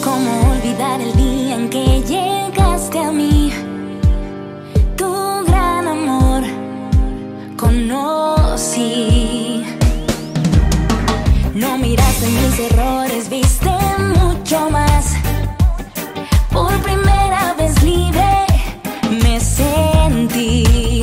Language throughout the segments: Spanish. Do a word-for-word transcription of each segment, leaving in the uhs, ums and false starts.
¿Cómo olvidar el día en que llegaste a mí? Tu gran amor conocí. No miraste mis errores, viste mucho más. Por primera vez libre me sentí.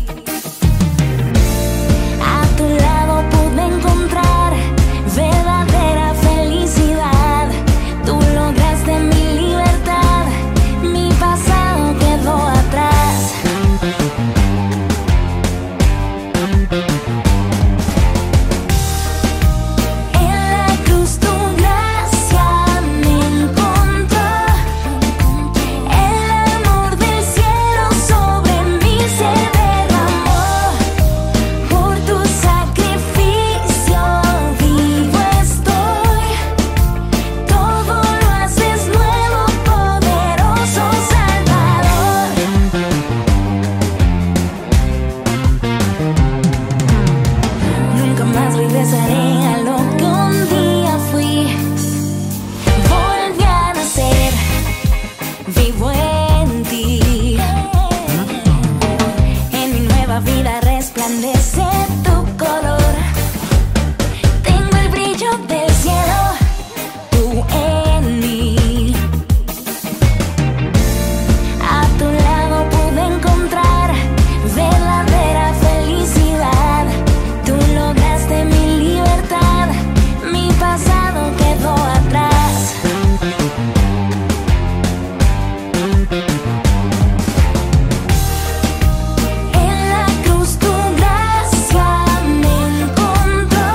A tu lado pude encontrar verdadera felicidad. Tú lograste mi libertad, mi pasado quedó atrás. En la cruz tu gracia me encontró. El amor del cielo sobre mí se derramó. Por tu sacrificio vivo estoy. Todo lo haces nuevo, poderoso Salvador. Nunca más regresaré a lo que un día fui. Volví a nacer, vivo en ti. En mi nueva vida resplandece tu color. Tengo el brillo del cielo, tú en mí. A tu lado pude encontrar verdadera felicidad. Tú lograste mi libertad, mi pasado quedó atrás. En la cruz tu gracia me encontró.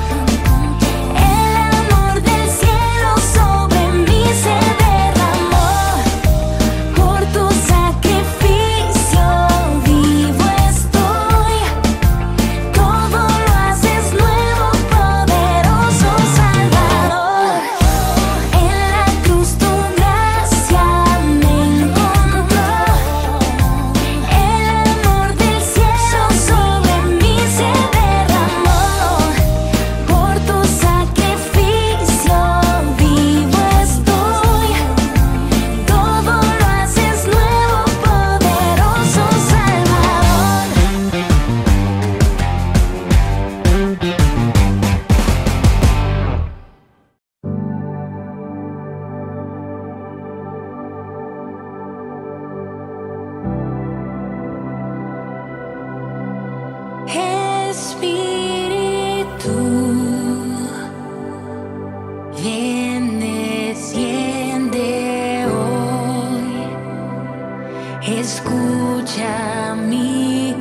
El amor del cielo sobre mí se derramó. Por tu sacrificio vivo estoy. Todo lo haces nuevo, poderoso Salvador. En la cruz tu gracia me encontró. El amor del cielo sobre mí se derramó. Por tu sacrificio vivo estoy. Todo lo haces nuevo, poderoso Salvador. Espíritu, ven, desciende hoy. Escucha mi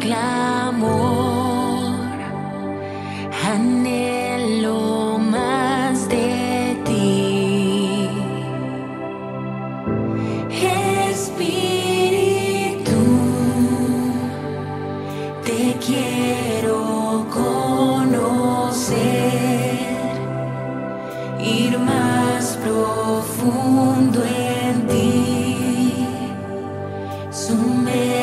clamor. Anhelo más de ti. Espíritu, te quiero conocer, ir más profundo en ti, sumergirme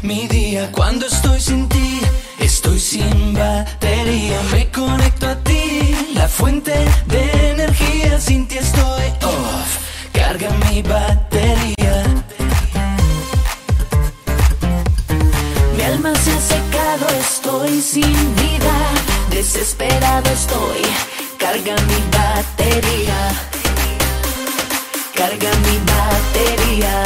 mi día. Cuando estoy sin ti, estoy sin batería. Me conecto a ti, la fuente de energía. Sin ti estoy off, carga mi batería. Mi alma se ha secado, estoy sin vida. Desesperado estoy, carga mi batería. Carga mi batería.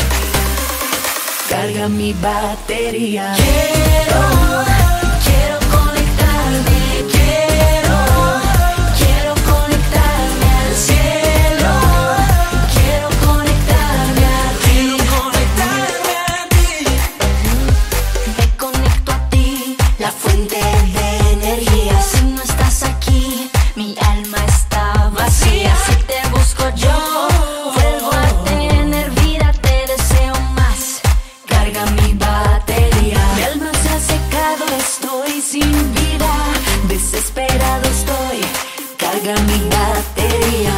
Carga mi batería. Quiero, quiero conectarme. Quiero, quiero conectarme al cielo. Quiero conectarme a ti. Quiero conectarme a ti. Me conecto a ti, la fuente de energía. Si no estás aquí, mi alma está vacía. Si te busco yo, vuelvo a tener vida, te deseo más. Carga mi batería. Mi alma se ha secado, estoy sin vida. Desesperado estoy, carga mi batería.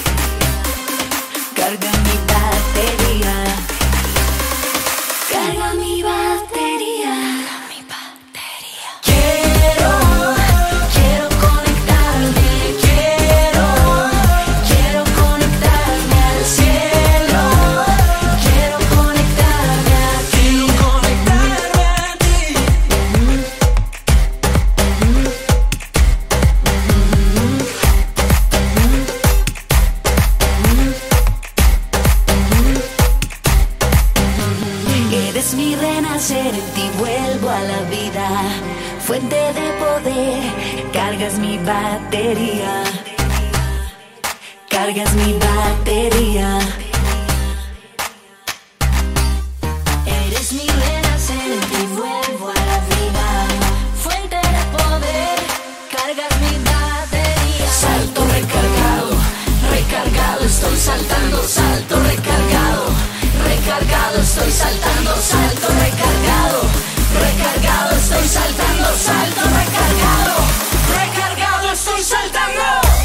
Carga mi batería. Carga mi batería. Mi batería. Quiero, quiero conectarme. Quiero, quiero conectarme al cielo. Quiero conectarme a ti. Quiero conectarme a ti. Eres mi renacer, en ti vuelvo a la vida. Fuente de poder, cargas mi batería. Cargas mi batería. Eres mi renacer, en ti vuelvo a la vida. Fuente de poder, cargas mi batería. Salto recargado, recargado, estoy saltando, salto recargado. Recargado, estoy saltando, salto recargado. Recargado, estoy saltando, salto recargado. Recargado, estoy saltando.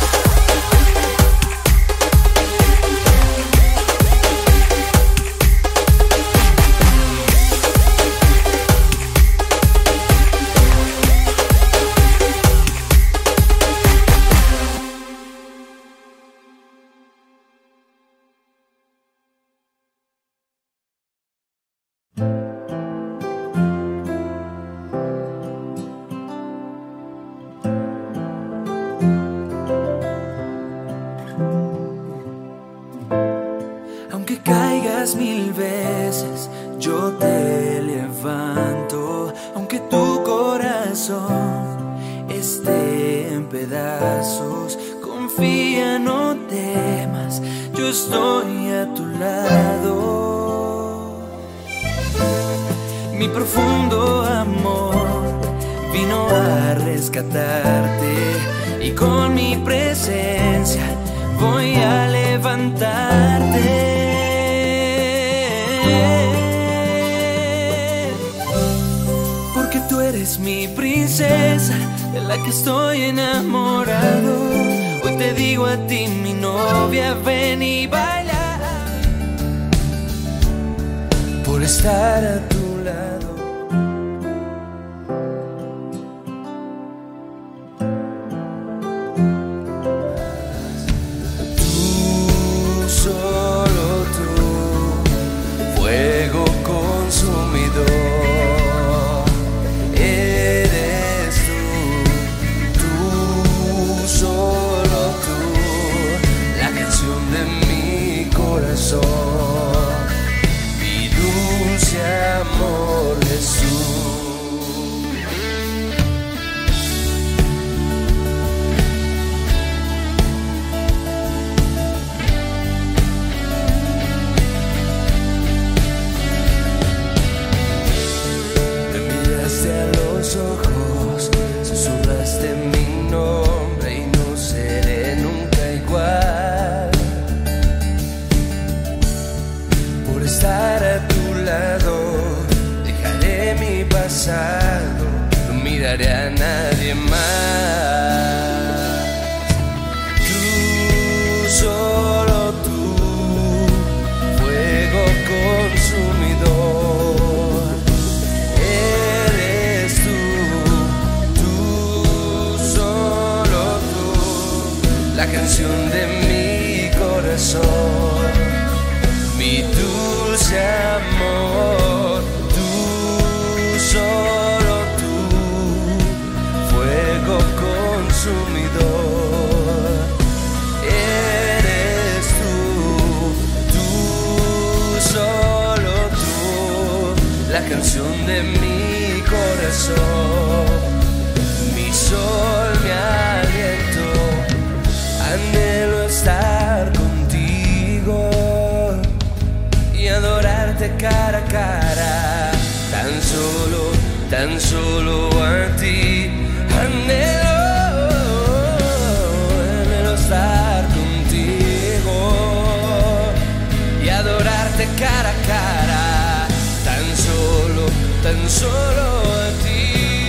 Aunque caigas mil veces, yo te levanto. Aunque tu corazón esté en pedazos, confía, no temas, yo estoy a tu lado. Mi profundo amor vino a rescatarte y con mi presencia voy a levantarte. Porque tú eres mi princesa, de la que estoy enamorado. Hoy te digo a ti, mi novia, ven y baila. Por estar a tu lado. Mi dulce amor. canción de mi corazón, mi dulce amor, tú, solo tú, fuego consumidor, eres tú, tú, solo tú, la canción de mi corazón, mi sol, mi aliento, anhelo estar contigo y adorarte cara a cara, tan solo, tan solo a ti, anhelo, anhelo estar contigo y adorarte cara a cara, tan solo, tan solo a ti.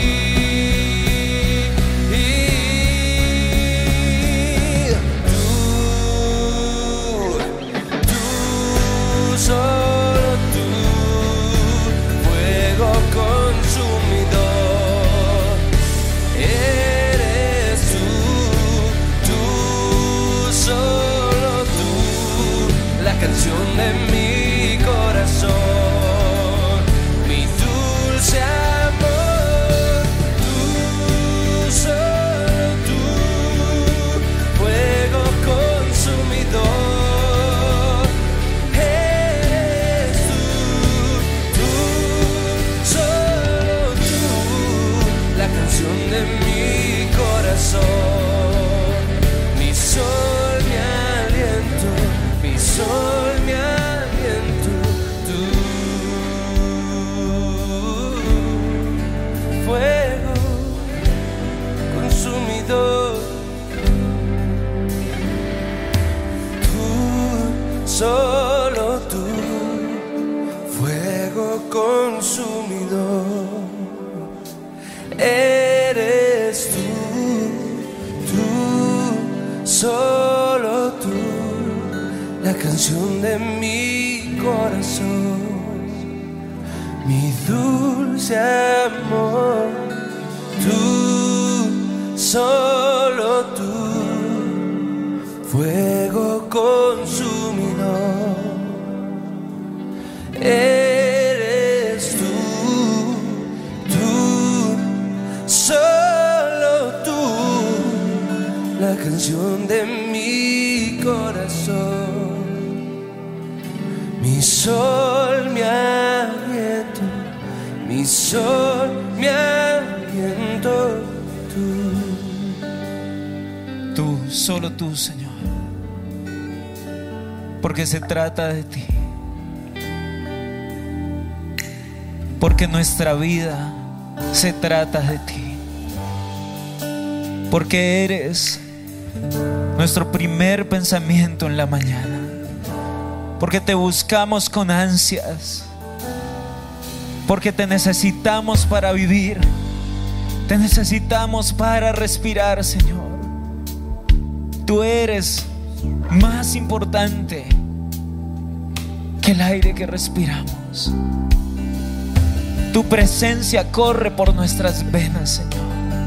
Solo tú, fuego consumidor, eres tú, tú, solo tú, la canción de mi corazón, mi dulce amor, tú, solo tú, fuego consumidor. De mi corazón, mi sol, mi aliento, mi sol, mi aliento, tú, fuego consumidor, tú, solo tú, fuego consumidor. Eres tú, tú, solo tú, la canción de mi corazón, mi dulce amor, tú, solo tú, fuego consumidor. Eres tú, tú, solo tú, la canción de mi corazón, mi sol, mi aliento, mi sol, mi aliento, tú. Tú, solo tú, Señor, porque se trata de ti, porque nuestra vida se trata de ti, porque eres nuestro primer pensamiento en la mañana, porque te buscamos con ansias, porque te necesitamos para vivir, te necesitamos para respirar, Señor. Tú eres más importante que el aire que respiramos. Tu presencia corre por nuestras venas, Señor.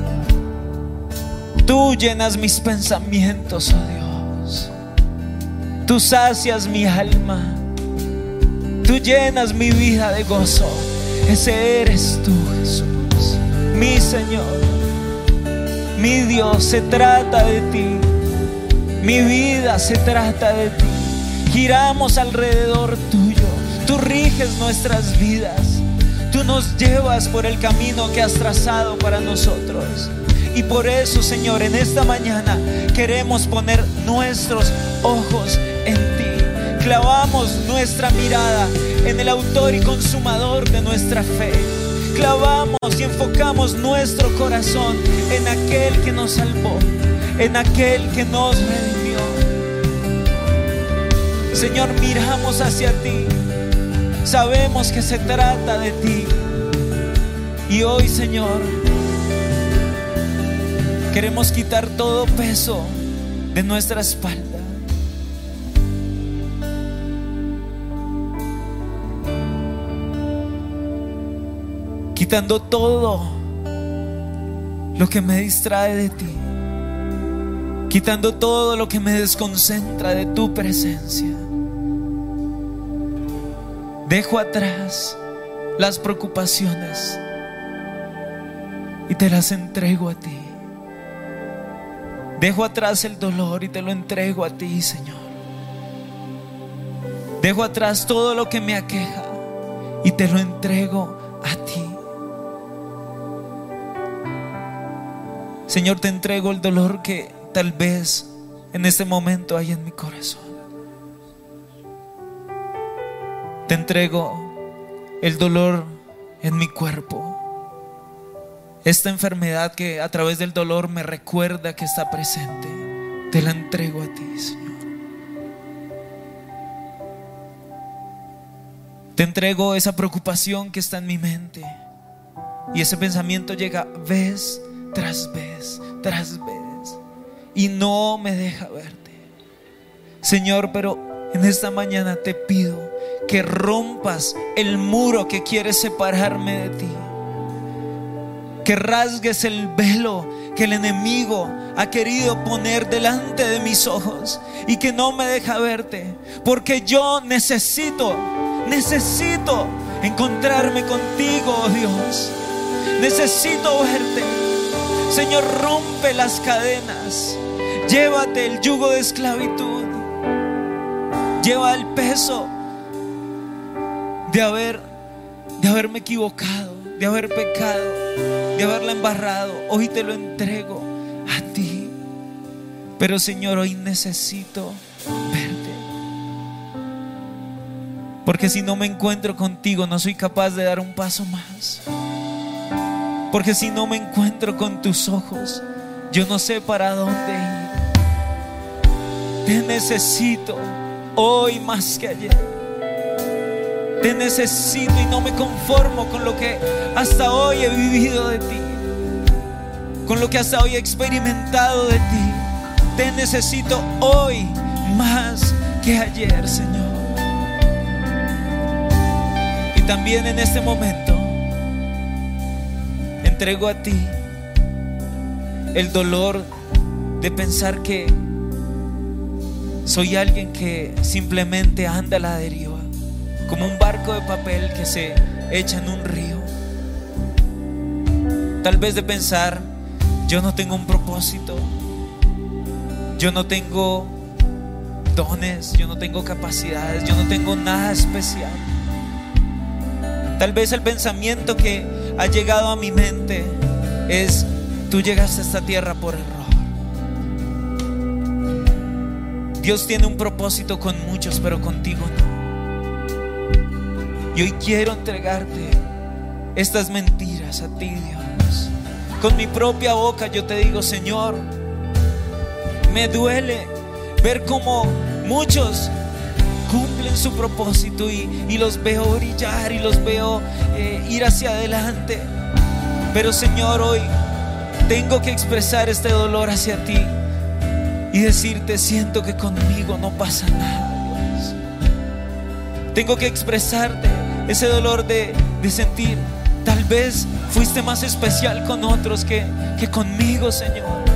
Tú llenas mis pensamientos, oh Dios. Tú sacias mi alma. Tú llenas mi vida de gozo. Ese eres tú, Jesús, mi Señor, mi Dios. Se trata de ti. Mi vida se trata de ti. Giramos alrededor tuyo. Tú riges nuestras vidas. Tú nos llevas por el camino que has trazado para nosotros. Y por eso, Señor, en esta mañana queremos poner nuestros ojos en ti. Clavamos nuestra mirada en el autor y consumador de nuestra fe. Clavamos y enfocamos nuestro corazón en aquel que nos salvó, en aquel que nos redimió. Señor, miramos hacia ti. Sabemos que se trata de ti. Y hoy, Señor, queremos quitar todo peso de nuestra espalda. Quitando todo lo que me distrae de ti. quitando todo lo que me desconcentra de tu presencia. Dejo atrás las preocupaciones y te las entrego a ti. Dejo atrás el dolor y te lo entrego a ti, Señor. Dejo atrás todo lo que me aqueja y te lo entrego a ti. Señor, te entrego el dolor que tal vez en este momento hay en mi corazón. Te entrego el dolor en mi cuerpo. Esta enfermedad que a través del dolor me recuerda que está presente, te la entrego a ti, Señor. Te entrego esa preocupación que está en mi mente y ese pensamiento llega vez tras vez, tras vez y no me deja verte, Señor. Pero en esta mañana te pido que rompas el muro que quiere separarme de ti, que rasgues el velo que el enemigo ha querido poner delante de mis ojos y que no me deja verte, porque yo necesito, necesito encontrarme contigo, oh Dios. Necesito verte, Señor. Rompe las cadenas, llévate el yugo de esclavitud, lleva el peso de haber, de haberme equivocado, de haber pecado, de haberla embarrado. Hoy te lo entrego a ti. Pero Señor, hoy necesito verte, porque si no me encuentro contigo no soy capaz de dar un paso más. Porque si no me encuentro con tus ojos, yo no sé para dónde ir. Te necesito hoy más que ayer. Te necesito y no me conformo con lo que hasta hoy he vivido de ti, con lo que hasta hoy he experimentado de ti. Te necesito hoy más que ayer, Señor. Y también en este momento entrego a ti el dolor de pensar que soy alguien que simplemente anda a la deriva, como un barco de papel que se echa en un río. Tal vez de pensar, yo no tengo un propósito, yo no tengo dones, yo no tengo capacidades, yo no tengo nada especial. Tal vez el pensamiento que ha llegado a mi mente es: tú llegaste a esta tierra por error. Dios tiene un propósito con muchos, pero contigo no. Y hoy quiero entregarte estas mentiras a ti, Dios. Con mi propia boca yo te digo: Señor, me duele ver cómo muchos cumplen su propósito y, y los veo brillar y los veo eh, ir hacia adelante. Pero Señor, hoy tengo que expresar este dolor hacia ti y decirte: siento que conmigo no pasa nada, Dios. Tengo que expresarte ese dolor de, de sentir, tal vez fuiste más especial con otros que, que conmigo, Señor.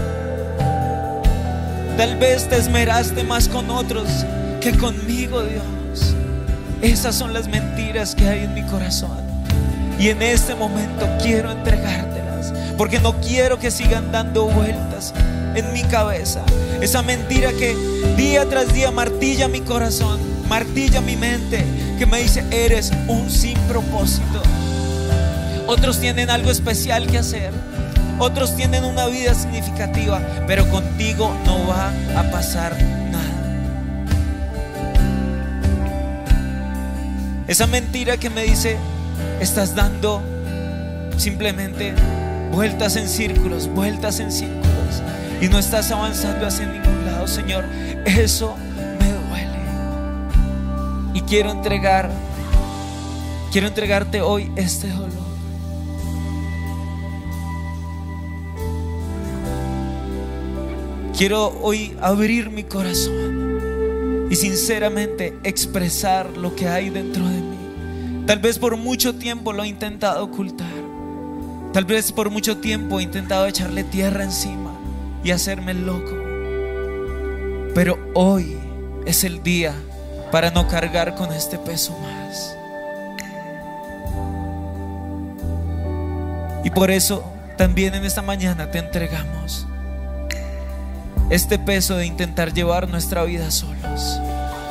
Tal vez te esmeraste más con otros que conmigo, Dios. Esas son las mentiras que hay en mi corazón. Y en este momento quiero entregártelas, porque no quiero que sigan dando vueltas en mi cabeza. Esa mentira que día tras día martilla mi corazón, martilla mi mente, que me dice: eres un sin propósito. Otros tienen algo especial que hacer, otros tienen una vida significativa, pero contigo no va a pasar nada. Esa mentira que me dice: estás dando simplemente vueltas en círculos, vueltas en círculos, y no estás avanzando hacia ningún lado. Señor, eso me duele. Y quiero entregar, quiero entregarte hoy este dolor. Quiero hoy abrir mi corazón y sinceramente expresar lo que hay dentro de mí. Tal vez por mucho tiempo lo he intentado ocultar. Tal vez por mucho tiempo he intentado echarle tierra encima y hacerme loco. Pero hoy es el día para no cargar con este peso más. Y por eso también en esta mañana te entregamos este peso de intentar llevar nuestra vida solos,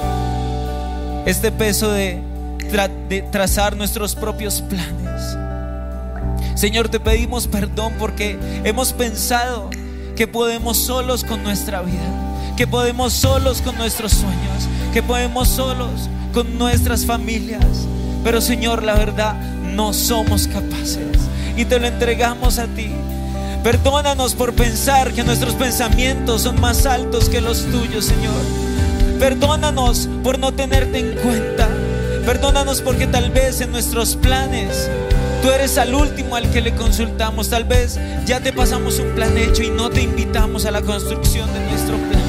este peso de, tra de trazar nuestros propios planes. Señor, te pedimos perdón porque hemos pensado que podemos solos con nuestra vida, que podemos solos con nuestros sueños, que podemos solos con nuestras familias. Pero Señor, la verdad, no somos capaces y te lo entregamos a ti. Perdónanos por pensar que nuestros pensamientos son más altos que los tuyos, Señor. Perdónanos por no tenerte en cuenta. Perdónanos porque tal vez en nuestros planes tú eres al último al que le consultamos. Tal vez ya te pasamos un plan hecho y no te invitamos a la construcción de nuestro plan.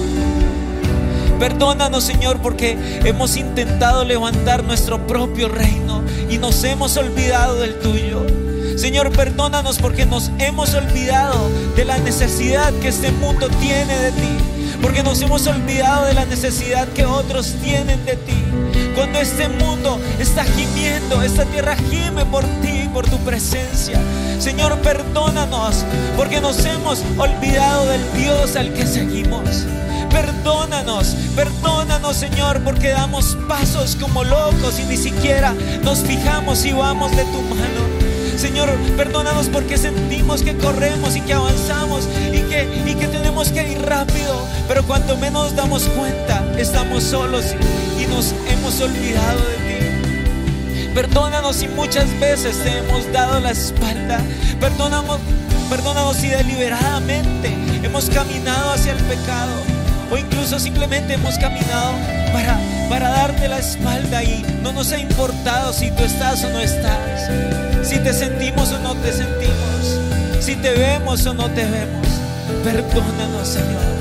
Perdónanos, Señor, porque hemos intentado levantar nuestro propio reino y nos hemos olvidado del tuyo. Señor, perdónanos porque nos hemos olvidado de la necesidad que este mundo tiene de ti, porque nos hemos olvidado de la necesidad que otros tienen de ti. Cuando este mundo está gimiendo, esta tierra gime por ti, por tu presencia. Señor, perdónanos porque nos hemos olvidado del Dios al que seguimos. Perdónanos, perdónanos, Señor, porque damos pasos como locos y ni siquiera nos fijamos si vamos de tu mano. Señor, perdónanos porque sentimos que corremos y que avanzamos y que, y que tenemos que ir rápido, pero cuanto menos damos cuenta, estamos solos y, y nos hemos olvidado de ti. Perdónanos si muchas veces te hemos dado la espalda. Perdónanos, perdónanos si deliberadamente hemos caminado hacia el pecado, o incluso simplemente hemos caminado para, para darte la espalda y no nos ha importado si tú estás o no estás, si te sentimos o no te sentimos, si te vemos o no te vemos. Perdónanos, Señor.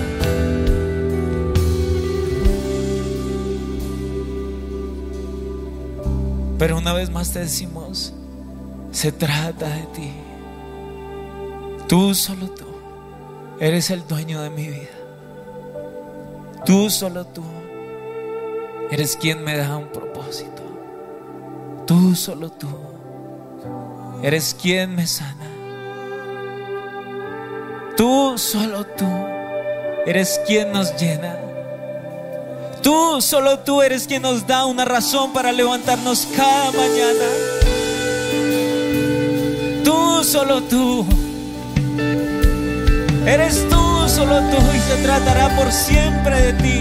Pero una vez más te decimos, se trata de ti. Tú, solo tú, eres el dueño de mi vida. Tú, solo tú, eres quien me da un propósito. Tú, solo tú, eres quien me sana. Tú, solo tú, eres quien nos llena. Tú, solo tú, eres quien nos da una razón para levantarnos cada mañana. Tú, solo tú, eres tú, solo tú, y se tratará por siempre de ti.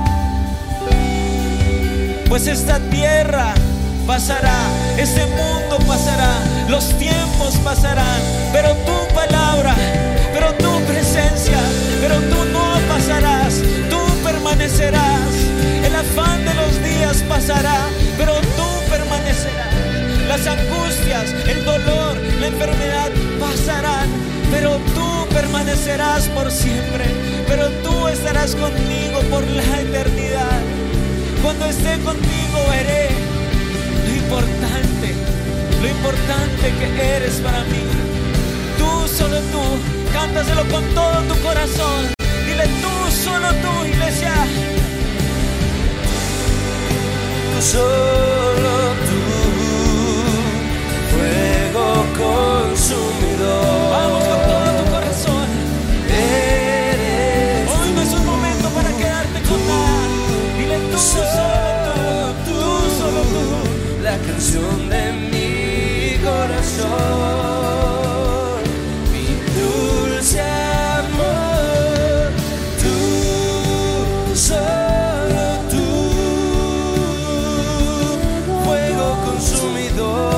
Pues esta tierra pasará, este mundo pasará, los tiempos pasarán, pero tu palabra, pero tu presencia, pero tú no pasarás, tú permanecerás. El afán de los días pasará, pero tú permanecerás. Las angustias, el dolor, la enfermedad pasarán, pero tú permanecerás por siempre, pero tú estarás conmigo por la eternidad. Cuando esté contigo veré lo importante, lo importante que eres para mí. Tú, solo tú, cántaselo con todo tu corazón. Dile tú, solo tú, iglesia. Solo tú, fuego consumidor. Vamos con todo tu corazón. Eres Hoy no es un momento para quedarte con nada. Dile tú, solo tú, tú, solo tú. La canción de mi corazón, mi dulce amor. Tú, solo tú, fuego consumidor.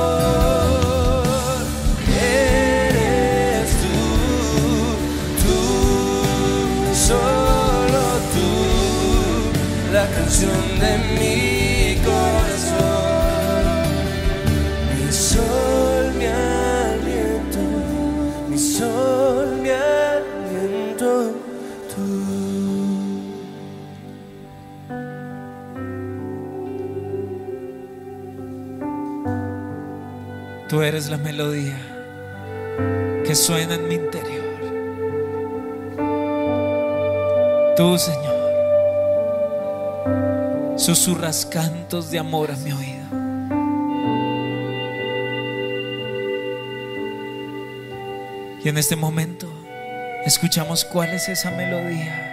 Eres tú, tú, solo tú, la canción de mi corazón. Mi sol, mi aliento, mi sol, mi aliento, tú. Tú eres la melodía que suena en mi interior. Tú, Señor, susurras cantos de amor a mi oído. Y en este momento escuchamos cuál es esa melodía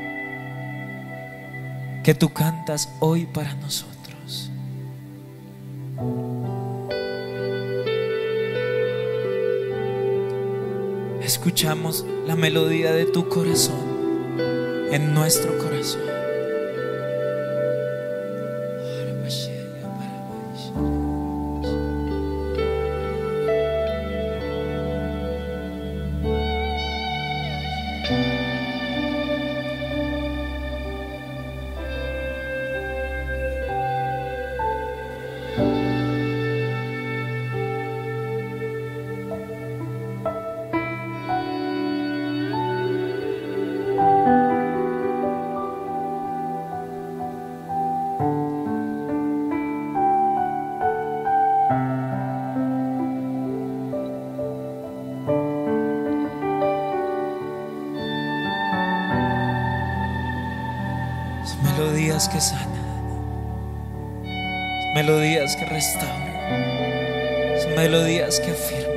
que tú cantas hoy para nosotros. Escuchamos la melodía de tu corazón en nuestro corazón. Melodías que sanan, melodías que restauran, son melodías que afirman.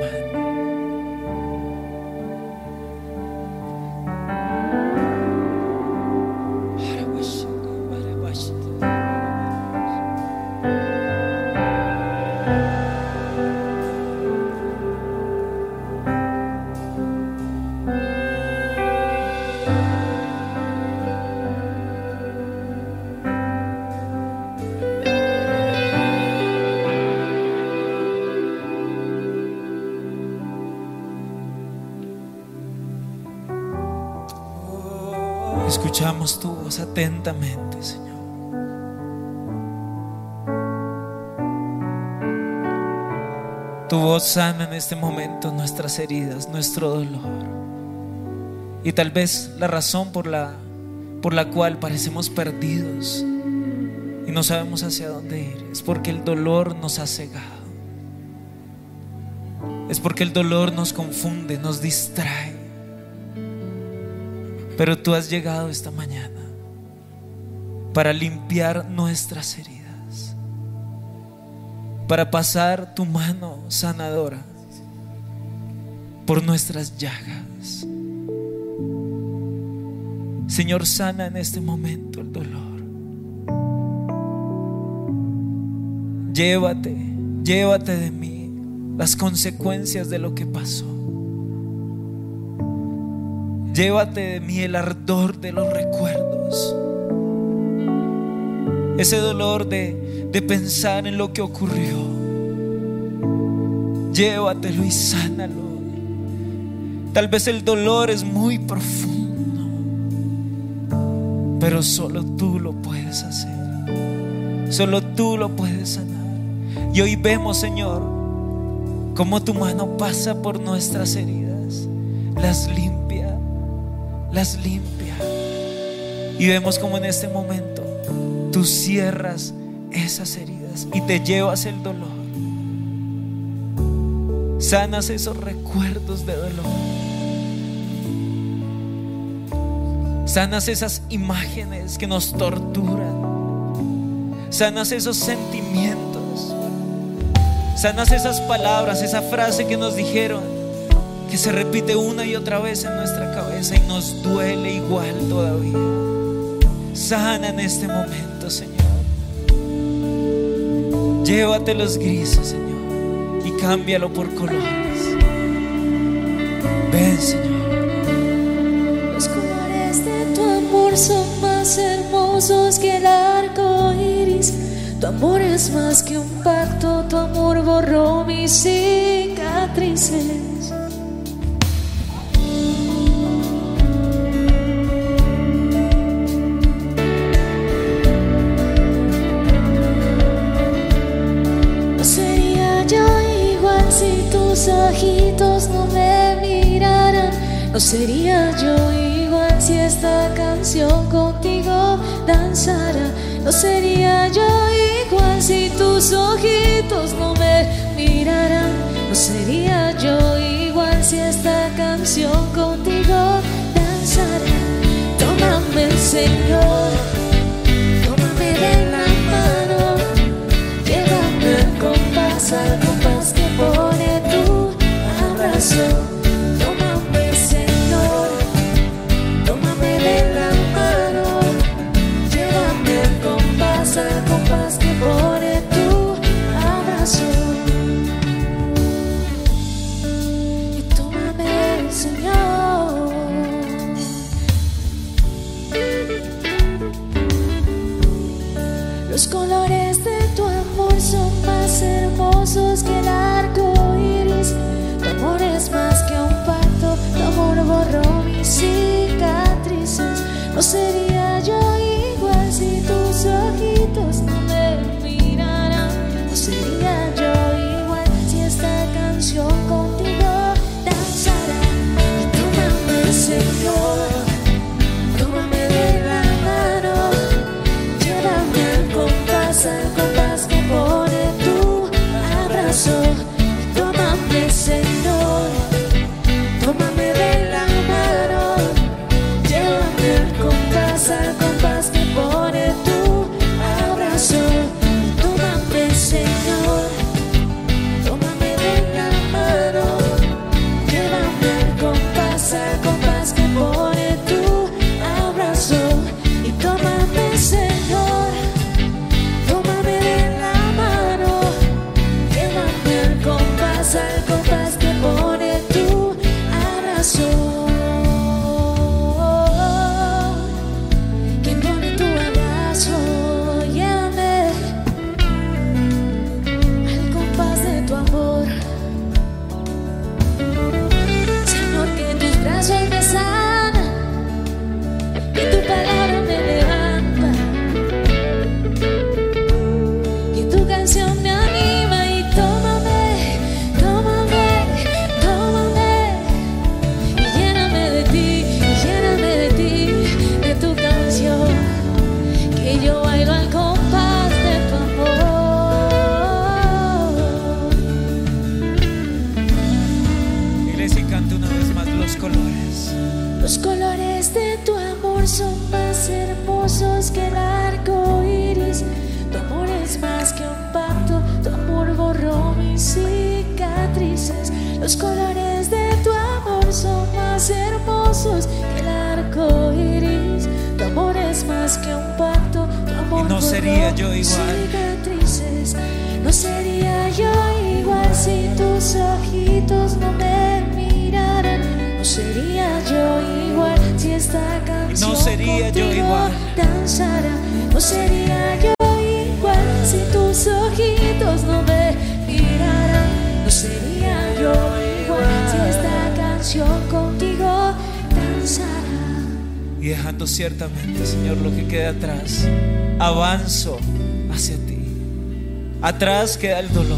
Escuchamos tu voz atentamente, Señor. Tu voz sana en este momento nuestras heridas, nuestro dolor. Y tal vez la razón por la, por la cual parecemos perdidos y no sabemos hacia dónde ir es porque el dolor nos ha cegado. Es porque el dolor nos confunde, nos distrae. Pero tú has llegado esta mañana para limpiar nuestras heridas, para pasar tu mano sanadora por nuestras llagas. Señor, sana en este momento el dolor. Llévate, llévate de mí las consecuencias de lo que pasó. Llévate de mí el ardor de los recuerdos, ese dolor de, de pensar en lo que ocurrió. Llévatelo y sánalo. Tal vez el dolor es muy profundo, pero solo tú lo puedes hacer. Solo tú lo puedes sanar. Y hoy vemos, Señor, cómo tu mano pasa por nuestras heridas, las limpia, las limpia. Y vemos como en este momento tú cierras esas heridas y te llevas el dolor. Sanas esos recuerdos de dolor. Sanas esas imágenes que nos torturan. Sanas esos sentimientos. Sanas esas palabras, esa frase que nos dijeron, que se repite una y otra vez en nuestra cabeza y nos duele igual todavía. Sana en este momento, Señor. Llévate los grises, Señor, y cámbialo por colores. Ven, Señor. Los colores de tu amor son más hermosos que el arco iris. Tu amor es más que un pacto, tu amor borró mis cicatrices. Tus ojitos no me miraran, no sería yo igual si esta canción contigo danzara. No sería yo igual si tus ojitos no me miraran. No sería yo igual si esta canción contigo danzara. Tómame, Señor, tómame de la Los colores de tu amor son más hermosos que el arco iris. Tu amor es más que un pacto, tu amor borró mis cicatrices. No sería yo igual si tus ojitos no me miraran. No sería yo igual si esta canción contigo danzara. Y tómame, Señor, tómame de la mano, llévame al compás, al compás que pone tu abrazo. Y tómame, Señor, tómame de la mano, llévame al compás, al compás que pone tu abrazo. Y tómame, Señor, tómame de la mano, llévame al compás, al compás que pone tu abrazo. Y tómame, Señor, tómame de la mano, llévame al compás, al compás que pone tu abrazo. Que pone tu abrazo, llévame al compás de tu amor. Señor, que tus brazos me sanan, que tu palabra me levanta, que tu canción me anima. Y tómame, tómame, tómame, y lléname de ti, y lléname de ti, de tu canción, que yo bailo al compás de tu amor. Iglesia, y canta una vez más los colores. Los colores de tu amor son más hermosos que el arco iris. Tu amor es más que un pacto, tu amor borró mis cicatrices. Los colores de tu amor son más hermosos que el arco iris. Tu amor es más que un pacto, tu amor Y no sería borró yo mis igual. cicatrices. No sería yo igual si tus ojitos no me miraran. No sería yo igual si esta canción No sería yo contigo igual. danzara. No sería yo igual si tus ojitos no me miraran. No sería yo igual si esta canción contigo danzara. Y dejando ciertamente, Señor, lo que queda atrás, avanzo hacia ti. Atrás queda el dolor,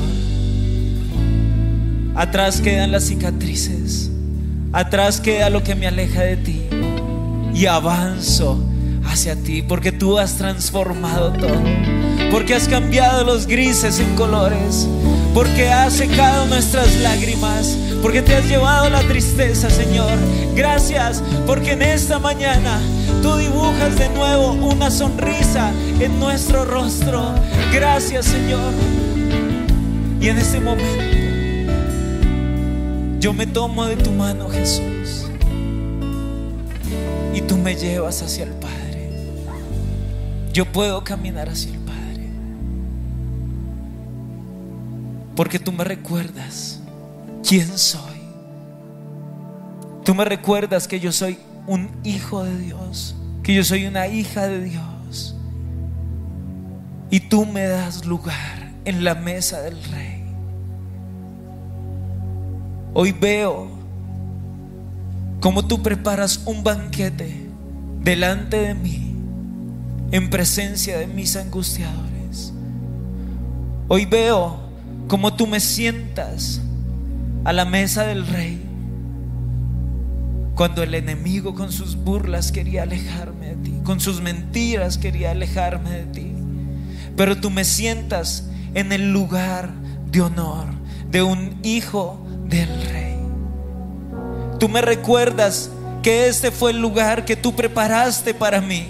atrás quedan las cicatrices, atrás queda lo que me aleja de ti. Y avanzo hacia ti, porque tú has transformado todo, porque has cambiado los grises en colores, porque has secado nuestras lágrimas, porque te has llevado la tristeza, Señor. Gracias, porque en esta mañana tú dibujas de nuevo una sonrisa en nuestro rostro. Gracias, Señor. Y en este momento yo me tomo de tu mano, Jesús, y tú me llevas hacia el Padre. Yo puedo caminar hacia el Padre, porque tú me recuerdas quién soy. Tú me recuerdas que yo soy un hijo de Dios, que yo soy una hija de Dios, y tú me das lugar en la mesa del Rey. Hoy veo cómo tú preparas un banquete delante de mí, en presencia de mis angustiadores. Hoy veo cómo tú me sientas a la mesa del Rey, cuando el enemigo con sus burlas quería alejarme de ti, con sus mentiras quería alejarme de ti, pero tú me sientas en el lugar de honor de un hijo del Rey. Tú me recuerdas que este fue el lugar que tú preparaste para mí,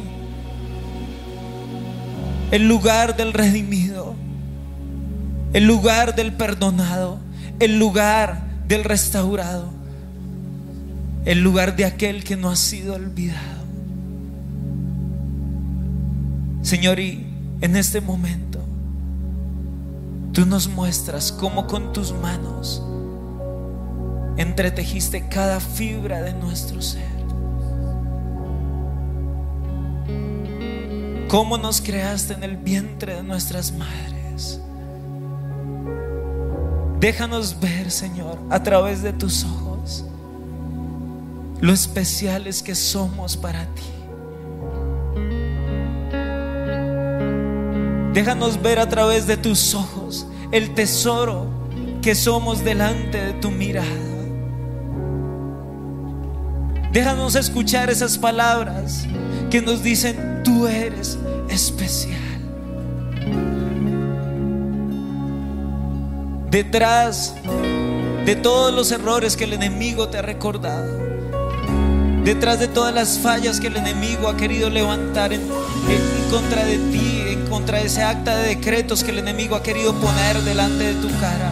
el lugar del redimido, el lugar del perdonado, el lugar del restaurado, el lugar de aquel que no ha sido olvidado. Señor, y en este momento tú nos muestras cómo con tus manos entretejiste cada fibra de nuestro ser. cómo nos creaste en el vientre de nuestras madres. Déjanos ver, Señor, a través de tus ojos, lo especiales que somos para ti. Déjanos ver a través de tus ojos el tesoro que somos delante de tu mirada. Déjanos escuchar esas palabras que nos dicen: tú eres especial. Detrás de todos los errores que el enemigo te ha recordado, detrás de todas las fallas que el enemigo ha querido levantar en, en contra de ti, en contra de ese acta de decretos que el enemigo ha querido poner delante de tu cara,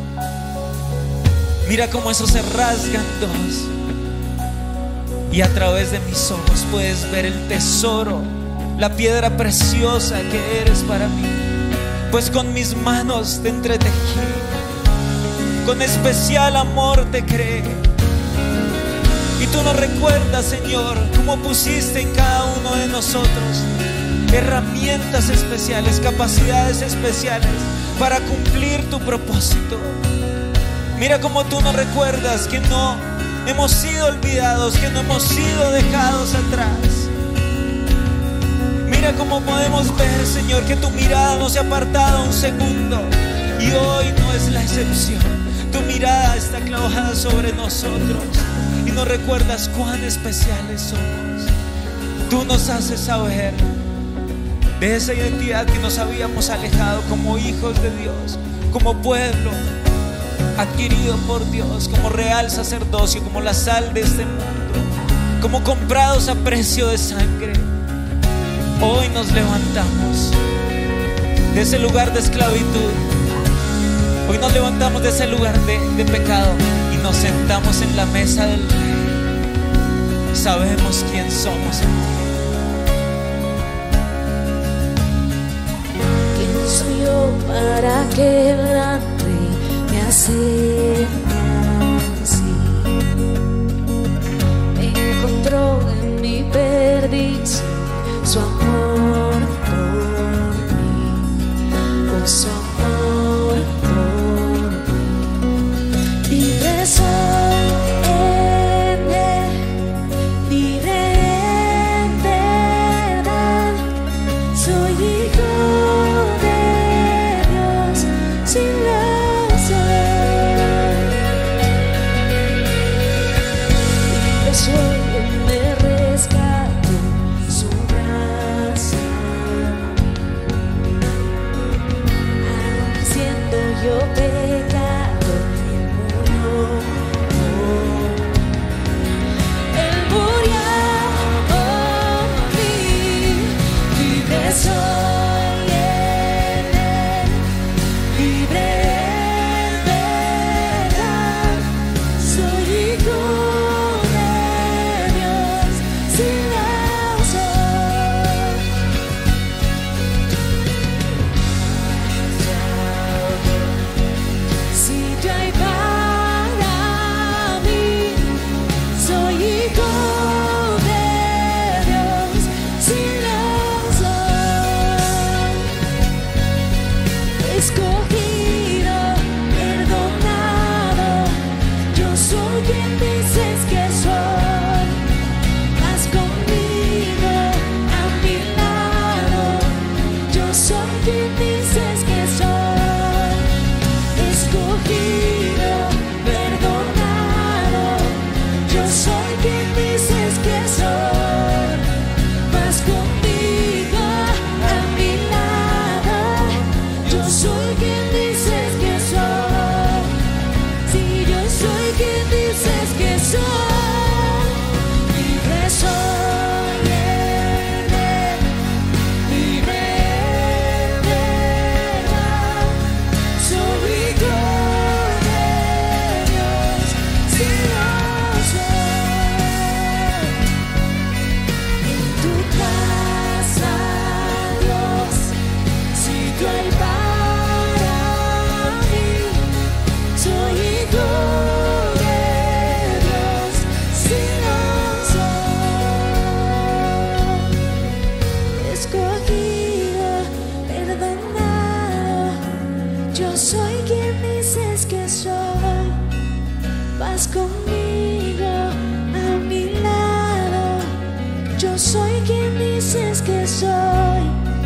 mira cómo eso se rasga en dos, y a través de mis ojos puedes ver el tesoro, la piedra preciosa que eres para mí. Pues con mis manos te entretejí, con especial amor te creé. Y tú nos recuerdas, Señor, cómo pusiste en cada uno de nosotros herramientas especiales, capacidades especiales para cumplir tu propósito. Mira cómo tú nos recuerdas que no hemos sido olvidados, que no hemos sido dejados atrás. Mira cómo podemos ver, Señor, que tu mirada no se ha apartado un segundo, y hoy no es la excepción. Tu mirada está clavada sobre nosotros y nos recuerdas cuán especiales somos. Tú nos haces saber de esa identidad que nos habíamos alejado como hijos de Dios, como pueblo adquirido por Dios, como real sacerdocio, como la sal de este mundo, como comprados a precio de sangre. Hoy nos levantamos de ese lugar de esclavitud. Hoy nos levantamos de ese lugar de, de pecado y nos sentamos en la mesa del Rey. Sabemos quién somos en ti. ¿Quién soy yo para que el gran Rey me acepte así? Me encontró en mi perdición su amor por mí, oh, su amor por mí. Libre soy en él, libre en verdad. Soy hijo de Dios, si lo soy. Libre soy, Él me rescató, su gracia. Aun siendo yo pecador, Él murió por mí. Él murió por mí. Libre soy en Él, libre en verdad. Soy hijo de Dios, si lo soy. Sitio hay para mí, soy hijo de Dios, si lo soy. Escogido, perdonado, yo soy quien dices que soy. Vas conmigo, a mi lado, yo soy quien dices que soy. Escogido, perdonado, yo soy quien dices que soy. Vas conmigo, a mi lado, yo soy quien dices que soy. Si yo soy quien dices que soy, libre soy en Él, libre en verdad. Soy hijo de Dios, si lo soy. En tu casa, Dios, sitio hay para mí. Soy hijo de Dios, si lo soy. Escogido, vas conmigo a mi lado. Yo soy quien dices que soy,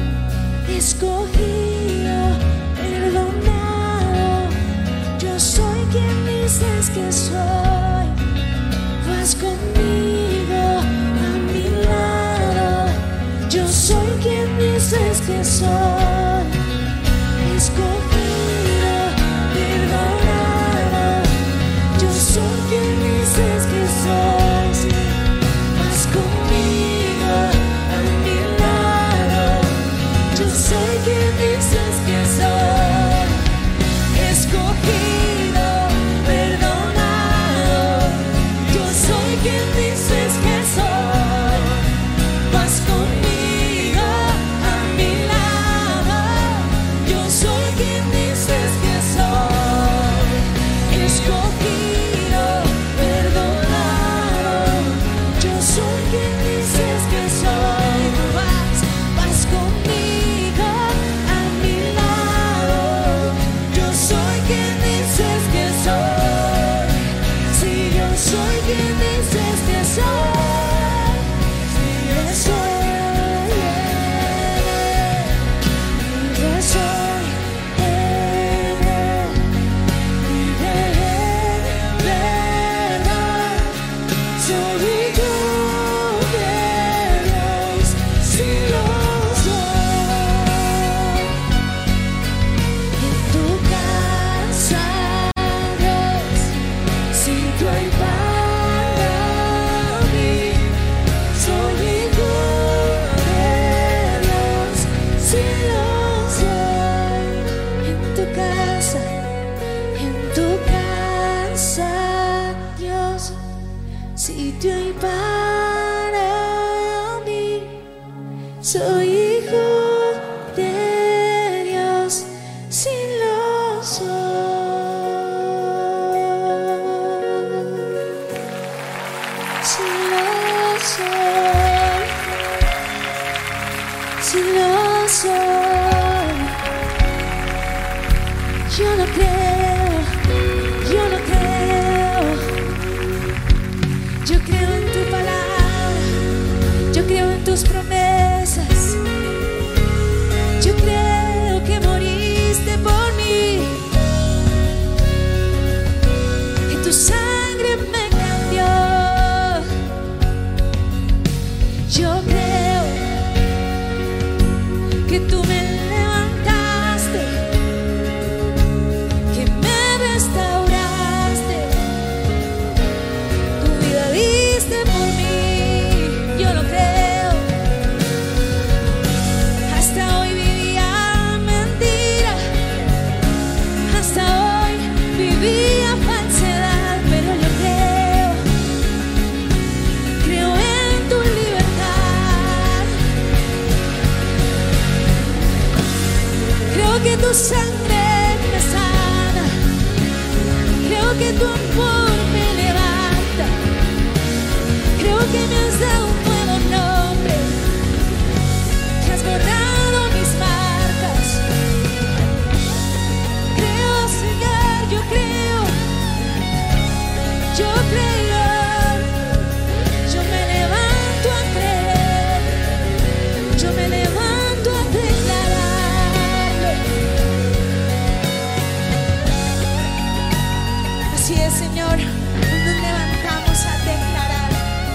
escogido, perdonado. Yo soy quien dices que soy. Vas conmigo a mi lado. Yo soy quien dices que soy, escogido, perdonado. Yo soy quien dices que soy. Vas conmigo a mi lado. Yo soy quien dices que soy, escogido, perdonado. Yo soy quien dices que soy. Vas conmigo a mi lado. Yo soy quien dices que soy, escogido, perdonado. Yo soy quien dices que soy. Tú vas, vas conmigo a mi lado. Yo soy quien dices que soy. Si yo soy quien dices que soy. Si yo soy, yo soy, soy hijo de Dios, si lo soy. En tu casa, Dios, si tú hay para mí. Soy hijo de Dios, si lo soy. En tu casa, en tu casa, Dios, si tú hay para mí. Soy hijo de Dios, si lo soy. Si lo soy, si lo soy. Yo lo creo, yo lo creo. Yo creo en tu palabra, yo creo en tus promesas. Yo creo que moriste por mí, que tu sangre me cambió. Yo creo que tú me levantaste, que me restauraste, tu vida diste por mí. Yo lo creo. Hasta hoy vivía mentira, hasta hoy vivía falsedad, pero yo creo, creo en tu libertad. Creo que tu sangre me sana, creo que tu amor me levanta, creo que me has dado un nuevo nombre, que has borrado mis marcas. Creo, Señor, yo creo, yo creo, yo me levanto a creer, yo me levanto a declararlo. Así es, Señor, nos levantamos a declarar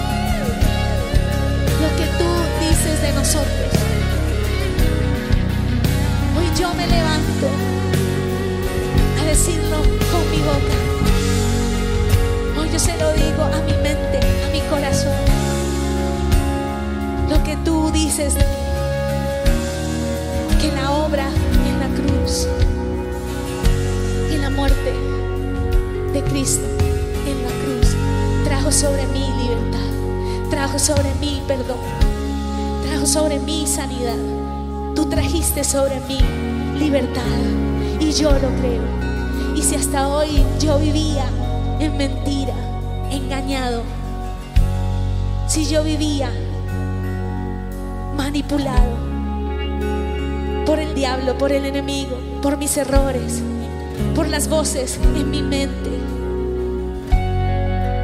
lo que tú dices de nosotros. Hoy yo me levanto a decirlo con mi boca. Hoy yo se lo digo a mi mente, a mi corazón. Lo que tú dices de mí, que la obra en la cruz, en la muerte de Cristo en la cruz, trajo sobre mí libertad, trajo sobre mí perdón, trajo sobre mí sanidad. Tú trajiste sobre mí libertad y yo lo creo. Y si hasta hoy yo vivía en mentira, engañado, si yo vivía manipulado por el diablo, por el enemigo, por mis errores, por las voces en mi mente,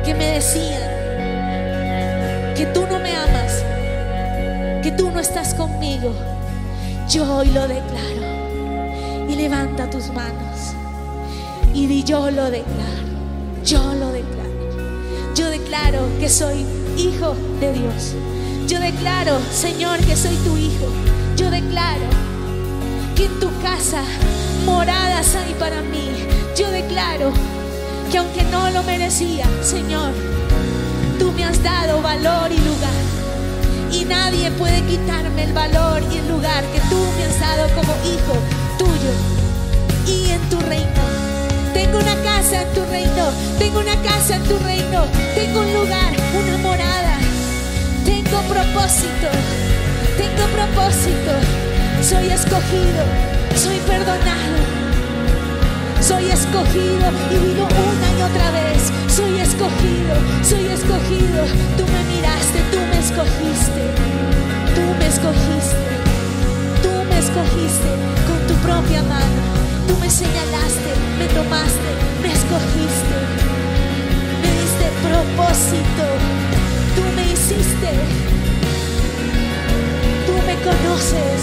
que me decían que tú no me amas, que tú no estás conmigo, yo hoy lo declaro. Y levanta tus manos y di: yo lo declaro, yo lo declaro. Yo declaro que soy hijo de Dios. Yo declaro, Señor, que soy tu hijo. Yo declaro que en tu casa moradas hay para mí. Yo declaro que aunque no lo merecía, Señor, tú me has dado valor y lugar. Y nadie puede quitarme el valor y el lugar que tú me has dado como hijo tuyo y en tu reino. Tengo una casa en tu reino, tengo una casa en tu reino, tengo un lugar, una morada, tengo propósito, tengo propósito. Soy escogido, soy perdonado, soy escogido y digo una y otra vez: soy escogido, soy escogido. Tú me miraste, tú me escogiste, tú me escogiste, tú me escogiste con tu propia mano. Tú me señalaste, me tomaste, me escogiste, me diste propósito, tú me hiciste, tú me conoces,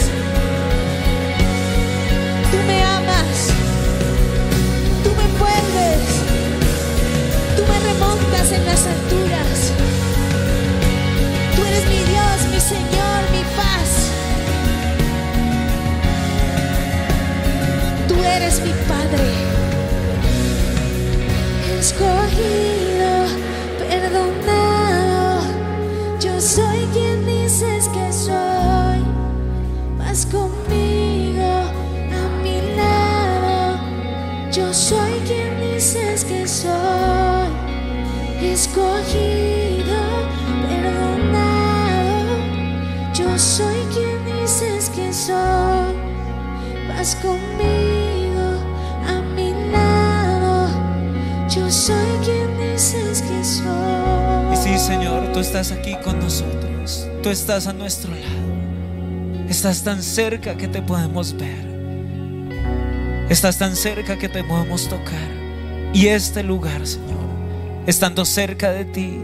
tú me amas, tú me envuelves, tú me remontas en las alturas. Tú eres mi Dios, mi Señor, mi paz. Tú eres mi Padre. Escogido, perdonado. Yo soy quien dices que soy. Vas conmigo a mi lado. Yo soy quien dices que soy. Escogido, perdonado. Yo soy quien dices que soy. Vas conmigo a mi lado. Yo soy quien dices que soy. Y sí, Señor, tú estás aquí con nosotros. Tú estás a nuestro lado. Estás tan cerca que te podemos ver. Estás tan cerca que te podemos tocar. Y este lugar, Señor, estando cerca de ti,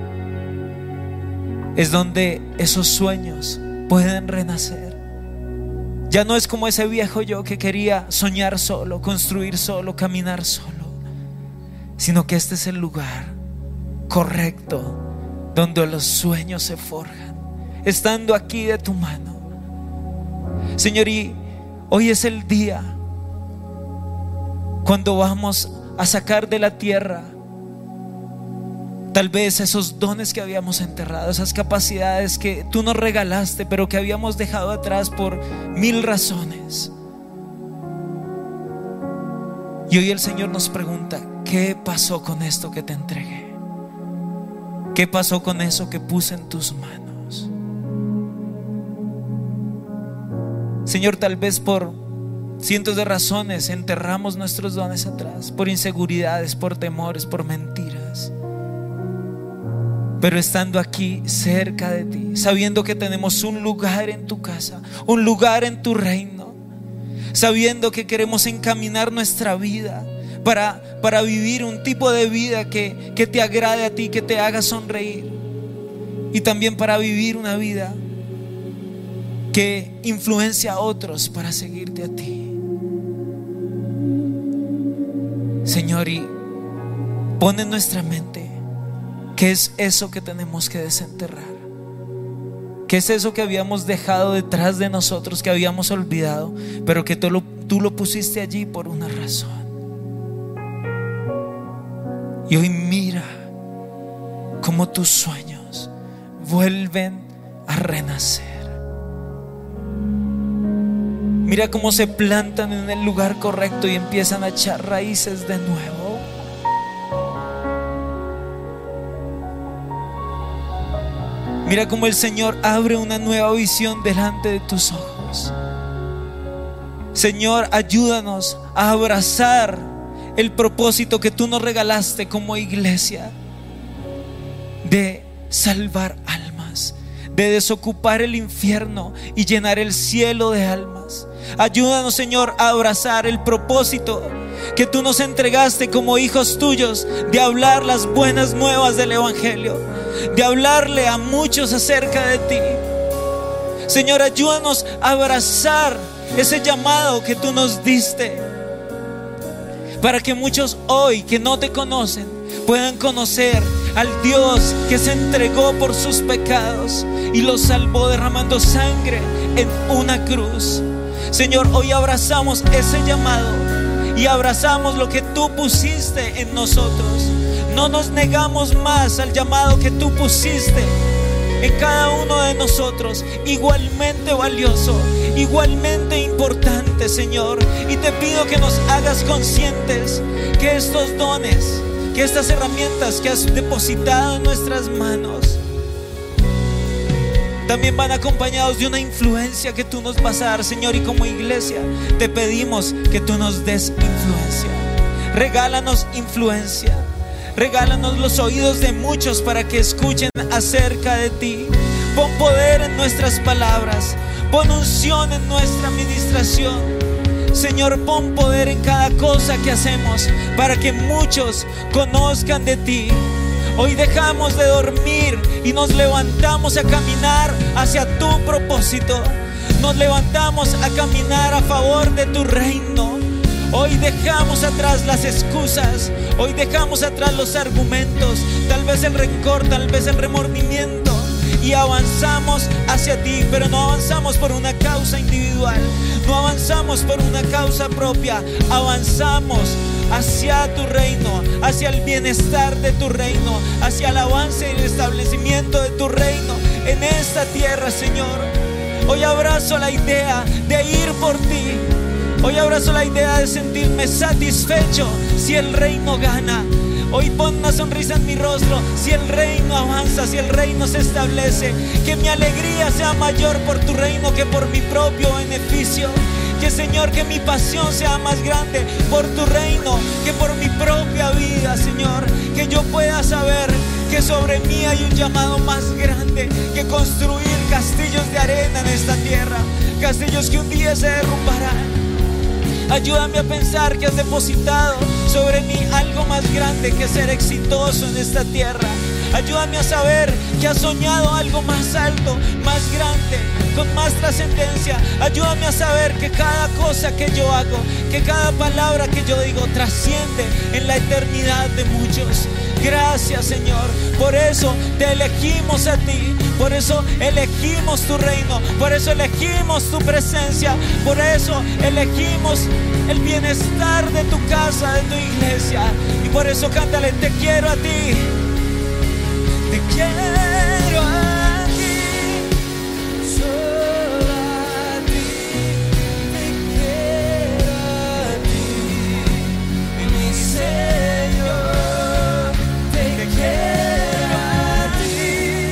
es donde esos sueños pueden renacer. Ya no es como ese viejo yo que quería soñar solo, construir solo, caminar solo, sino que este es el lugar correcto donde los sueños se forjan, estando aquí de tu mano, Señor. Y hoy es el día cuando vamos a sacar de la tierra tal vez esos dones que habíamos enterrado, esas capacidades que tú nos regalaste, pero que habíamos dejado atrás por mil razones. Y hoy el Señor nos pregunta: ¿qué pasó con esto que te entregué? ¿Qué pasó con eso que puse en tus manos? Señor, tal vez por cientos de razones enterramos nuestros dones atrás, por inseguridades, por temores, por mentiras. Pero estando aquí cerca de ti, sabiendo que tenemos un lugar en tu casa, un lugar en tu reino, sabiendo que queremos encaminar nuestra vida para, para vivir un tipo de vida que, que te agrade a ti, que te haga sonreír, y también para vivir una vida que influencia a otros para seguirte a ti, Señor. Y pon en nuestra mente ¿qué es eso que tenemos que desenterrar? ¿Qué es eso que habíamos dejado detrás de nosotros, que habíamos olvidado, pero que tú lo, tú lo pusiste allí por una razón? Y hoy mira cómo tus sueños vuelven a renacer. Mira cómo se plantan en el lugar correcto y empiezan a echar raíces de nuevo. Mira cómo el Señor abre una nueva visión delante de tus ojos. Señor, ayúdanos a abrazar el propósito que tú nos regalaste como iglesia, de salvar almas, de desocupar el infierno y llenar el cielo de almas. Ayúdanos, Señor, a abrazar el propósito que tú nos entregaste como hijos tuyos, de hablar las buenas nuevas del Evangelio, de hablarle a muchos acerca de ti. Señor, ayúdanos a abrazar ese llamado que tú nos diste, para que muchos hoy que no te conocen puedan conocer al Dios que se entregó por sus pecados y los salvó derramando sangre en una cruz. Señor, hoy abrazamos ese llamado y abrazamos lo que tú pusiste en nosotros. No nos negamos más al llamado que tú pusiste en cada uno de nosotros, igualmente valioso, igualmente importante, Señor. Y te pido que nos hagas conscientes que estos dones, que estas herramientas que has depositado en nuestras manos, también van acompañados de una influencia que tú nos vas a dar, Señor. Y como iglesia te pedimos que tú nos des influencia. Regálanos influencia. Regálanos los oídos de muchos para que escuchen acerca de ti. Pon poder en nuestras palabras. Pon unción en nuestra administración. Señor, pon poder en cada cosa que hacemos para que muchos conozcan de ti. Hoy dejamos de dormir y nos levantamos a caminar hacia tu propósito. Nos levantamos a caminar a favor de tu reino. Hoy dejamos atrás las excusas. Hoy dejamos atrás los argumentos, tal vez el rencor, tal vez el remordimiento, y avanzamos hacia ti. Pero no avanzamos por una causa individual, no avanzamos por una causa propia. Avanzamos hacia tu reino, hacia el bienestar de tu reino, hacia el avance y el establecimiento de tu reino en esta tierra, Señor. Hoy abrazo la idea de ir por ti. Hoy abrazo la idea de sentirme satisfecho si el reino gana. Hoy pon una sonrisa en mi rostro si el reino avanza, si el reino se establece. Que mi alegría sea mayor por tu reino que por mi propio beneficio. Que, Señor, que mi pasión sea más grande por tu reino que por mi propia vida, Señor. Que yo pueda saber que sobre mí hay un llamado más grande que construir castillos de arena en esta tierra, castillos que un día se derrumbarán. Ayúdame a pensar que has depositado sobre mí algo más grande que ser exitoso en esta tierra. Ayúdame a saber que has soñado algo más alto, más grande, con más trascendencia. Ayúdame a saber que cada cosa que yo hago, que cada palabra que yo digo trasciende en la eternidad de muchos. Gracias, Señor. Por eso te elegimos a ti. Por eso elegimos tu reino. Por eso elegimos tu presencia. Por eso elegimos el bienestar de tu casa, de tu iglesia. Y por eso cántale: te quiero a ti. Te quiero a ti. Solo a ti. Te quiero a ti. Mi Señor. Te quiero a ti.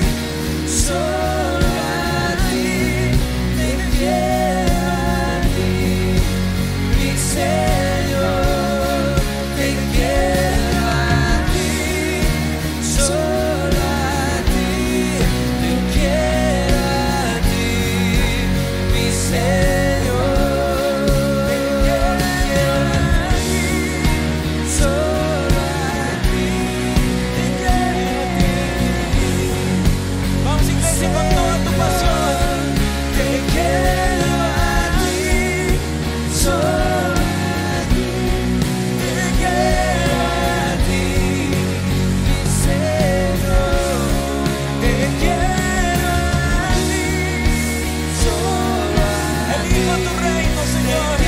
Solo a ti. Te quiero a ti. Mi Señor. Te quiero a ti. Solo a ti. Te quiero a ti. Mi Señor. Te quiero a ti. Solo a ti. Te quiero a ti. Vamos, iglesia, con toda tu pasión. Te quiero a ti. Solo a ti. Te quiero a ti. Mi Señor. Te quiero a ti. Solo a ti. Elijo tu reino, Señor.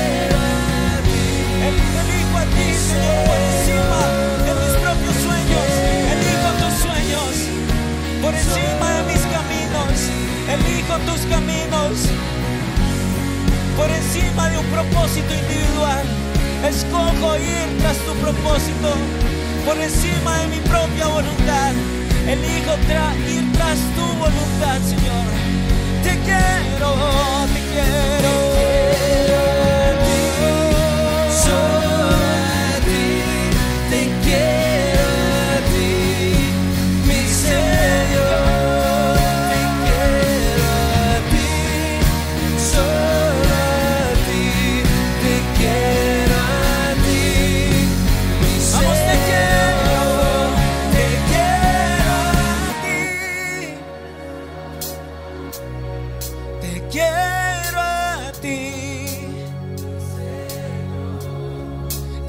Elijo a ti, Señor, por encima de mis propios sueños. Elijo tus sueños por encima de mis caminos. Elijo tus caminos por encima de un propósito individual. Escojo ir tras tu propósito por encima de mi propia voluntad. Elijo tra- ir tras tu voluntad, Señor. Te quiero, te quiero. Solo a ti, te quiero a ti, mi Señor. Te quiero a ti. Solo a ti, te quiero a ti.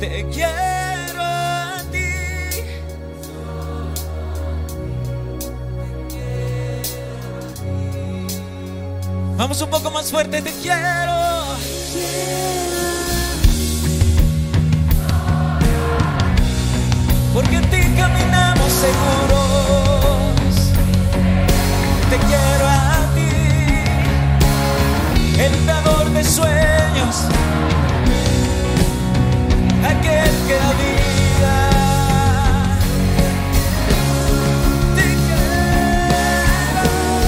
te quiero a ti. Vamos un poco más fuerte, te quiero. Porque en ti caminamos seguros. Te quiero a ti, el dador de sueños, aquel que da vida. Te quiero.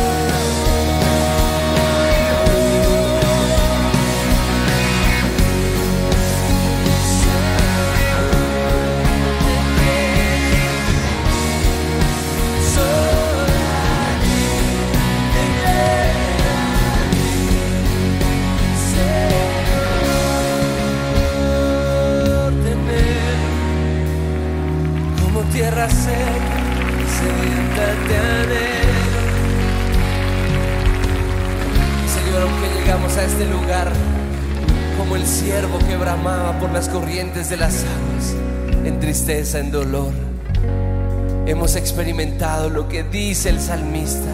Tierra seca, sedienta de anhelo. Señor, aunque llegamos a este lugar como el ciervo que bramaba por las corrientes de las aguas, en tristeza, en dolor, hemos experimentado lo que dice el salmista: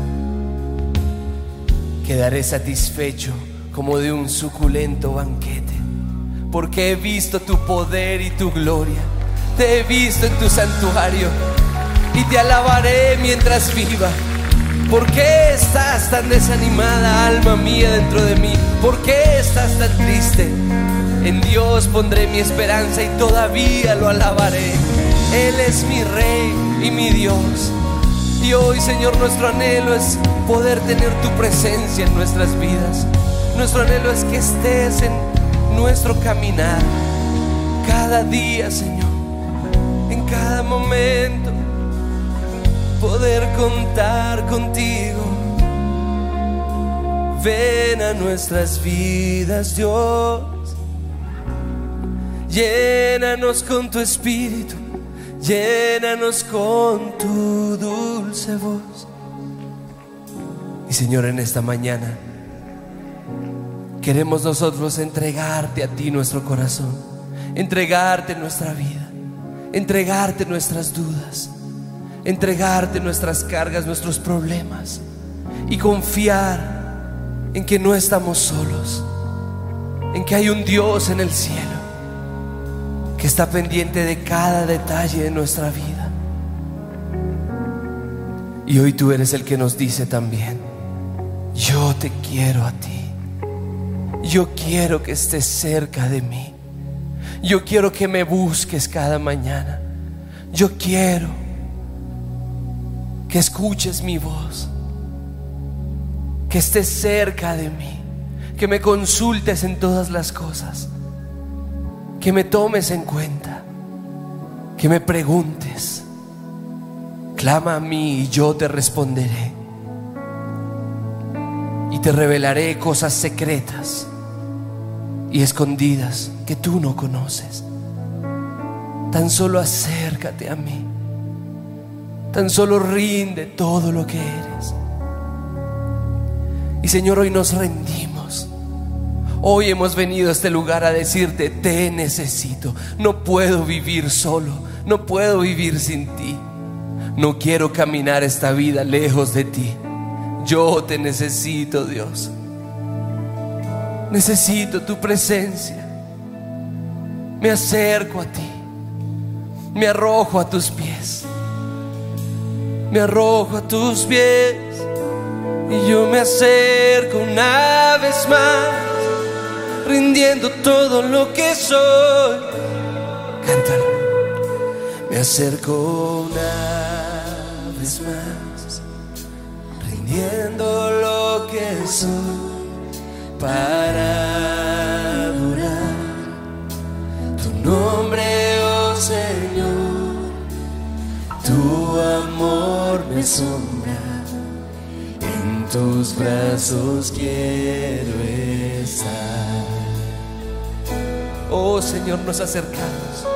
quedaré satisfecho como de un suculento banquete, porque he visto tu poder y tu gloria. Te he visto en tu santuario y te alabaré mientras viva. ¿Por qué estás tan desanimada, alma mía, dentro de mí? ¿Por qué estás tan triste? En Dios pondré mi esperanza y todavía lo alabaré. Él es mi Rey y mi Dios. Y hoy, Señor, nuestro anhelo es poder tener tu presencia en nuestras vidas. Nuestro anhelo es que estés en nuestro caminar cada día, Señor. En cada momento poder contar contigo. Ven a nuestras vidas, Dios. Llénanos con tu espíritu, llénanos con tu dulce voz. Y Señor, en esta mañana queremos nosotros entregarte a ti nuestro corazón, entregarte nuestra vida, entregarte nuestras dudas, entregarte nuestras cargas, nuestros problemas, y confiar en que no estamos solos, en que hay un Dios en el cielo que está pendiente de cada detalle de nuestra vida. Y hoy tú eres el que nos dice también: yo te quiero a ti, yo quiero que estés cerca de mí. Yo quiero que me busques cada mañana. Yo quiero que escuches mi voz, que estés cerca de mí, que me consultes en todas las cosas, que me tomes en cuenta, que me preguntes. Clama a mí y yo te responderé, y te revelaré cosas secretas y escondidas que tú no conoces. Tan solo acércate a mí, tan solo rinde todo lo que eres. Y Señor, hoy nos rendimos. Hoy hemos venido a este lugar a decirte: te necesito. No puedo vivir solo, no puedo vivir sin ti. No quiero caminar esta vida lejos de ti. Yo te necesito, Dios. Necesito tu presencia. Me acerco a ti, me arrojo a tus pies, me arrojo a tus pies, y yo me acerco una vez más, rindiendo todo lo que soy. Cántalo. Me acerco una vez más, rindiendo lo que soy, para adorar tu nombre, oh Señor. Tu amor me asombra, en tus brazos quiero estar. Oh Señor, nos acercamos.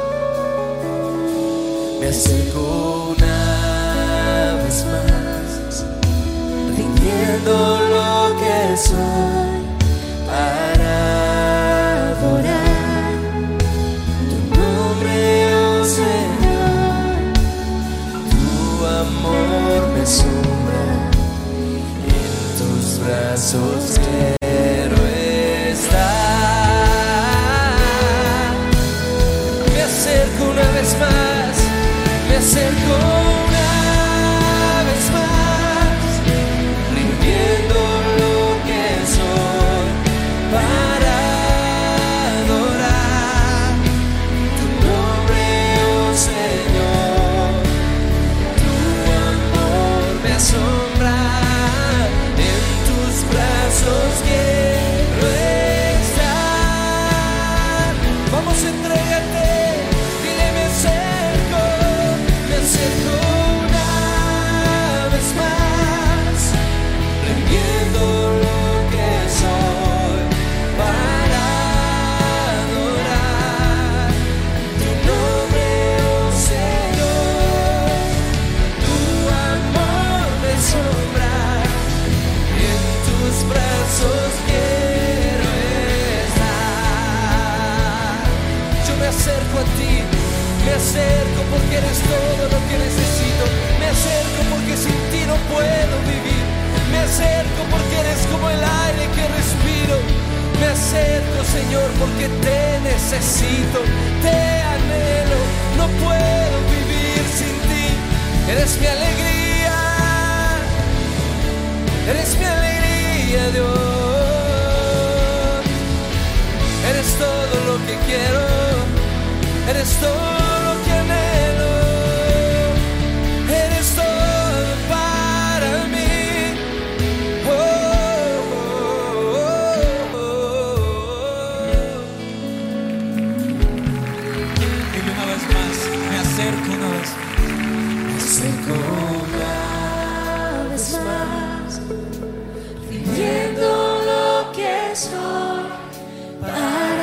Me acerco una vez más, rindiendo lo que soy, para adorar tu acerco una vez más, rindiendo lo que soy para adorar tu nombre, oh Señor. Tu amor me asombra, en tus brazos quiero estar. Vamos, entrégate. A ti, me acerco porque eres todo lo que necesito. Me acerco porque sin ti no puedo vivir. Me acerco porque eres como el aire que respiro. Me acerco, Señor, porque te necesito, te anhelo. No puedo vivir sin ti. Eres mi alegría, eres mi alegría, Dios. Eres todo lo que quiero. Eres todo lo que anhelo, eres todo para mí. Oh, oh, oh, oh. Dile una vez más, me acerco una vez más. Me acerco una vez más, rindiendo lo que soy para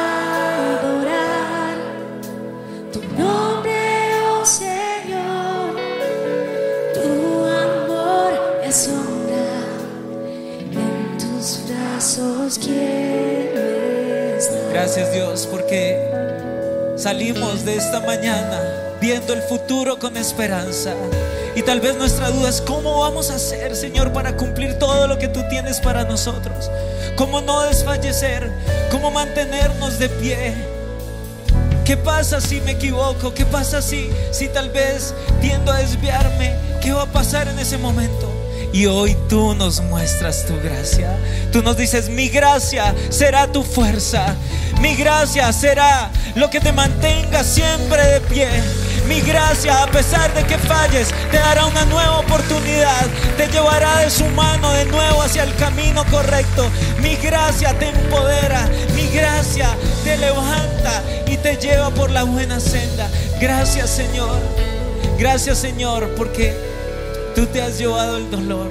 Gracias, Dios, porque salimos de esta mañana viendo el futuro con esperanza. Y tal vez nuestra duda es cómo vamos a hacer, Señor, para cumplir todo lo que tú tienes para nosotros. Cómo no desfallecer, cómo mantenernos de pie. ¿Qué pasa si me equivoco? ¿Qué pasa si, si tal vez tiendo a desviarme? ¿Qué va a pasar en ese momento? Y hoy tú nos muestras tu gracia. Tú nos dices, mi gracia será tu fuerza. Mi gracia será lo que te mantenga siempre de pie. Mi gracia, a pesar de que falles, te dará una nueva oportunidad. Te llevará de su mano de nuevo hacia el camino correcto. Mi gracia te empodera. Mi gracia te levanta y te lleva por la buena senda. Gracias, Señor. Gracias, Señor, porque tú te has llevado el dolor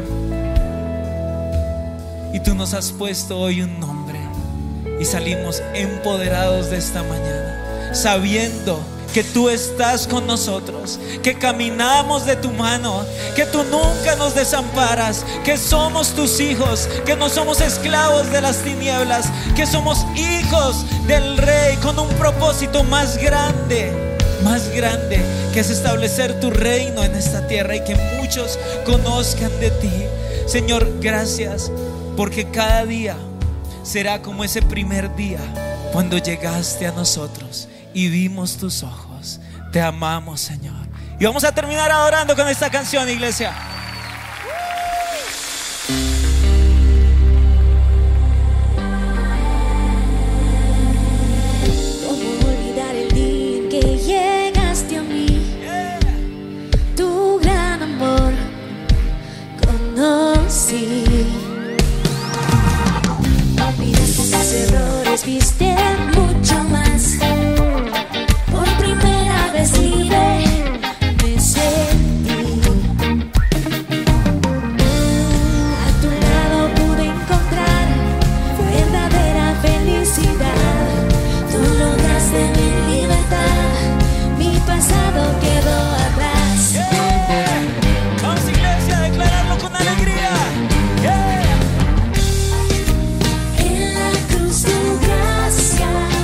y tú nos has puesto hoy un nombre. Y salimos empoderados de esta mañana, sabiendo que tú estás con nosotros, que caminamos de tu mano, que tú nunca nos desamparas, que somos tus hijos, que no somos esclavos de las tinieblas, que somos hijos del Rey con un propósito más grande, más grande, que es establecer tu reino en esta tierra y que muchos conozcan de ti. Señor, gracias, porque cada día será como ese primer día cuando llegaste a nosotros y vimos tus ojos. Te amamos, Señor. Y vamos a terminar adorando con esta canción, iglesia. ¿Cómo olvidar el día en que llegaste a mí? Tu gran amor conocí. Olvidaste tus errores, viste mucho más. Por primera vez libre me sentí. A tu lado pude encontrar verdadera felicidad. Tú lograste mi libertad, mi pasado quedó atrás. Yeah. Vamos, iglesia, a declararlo con alegría. Yeah. En la cruz tu gracia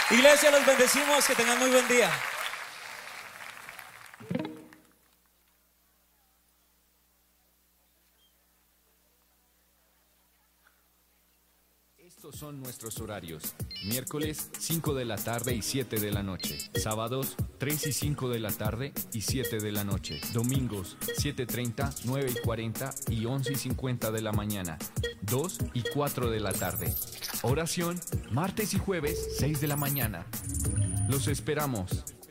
Iglesia, los bendecimos, que tengan muy buen día. Estos son nuestros horarios. Miércoles cinco de la tarde y siete de la noche. Sábados tres y cinco de la tarde y siete de la noche. Domingos siete treinta, nueve y cuarenta y once y cincuenta de la mañana. dos y cuatro de la tarde. Oración martes y jueves seis de la mañana. Los esperamos.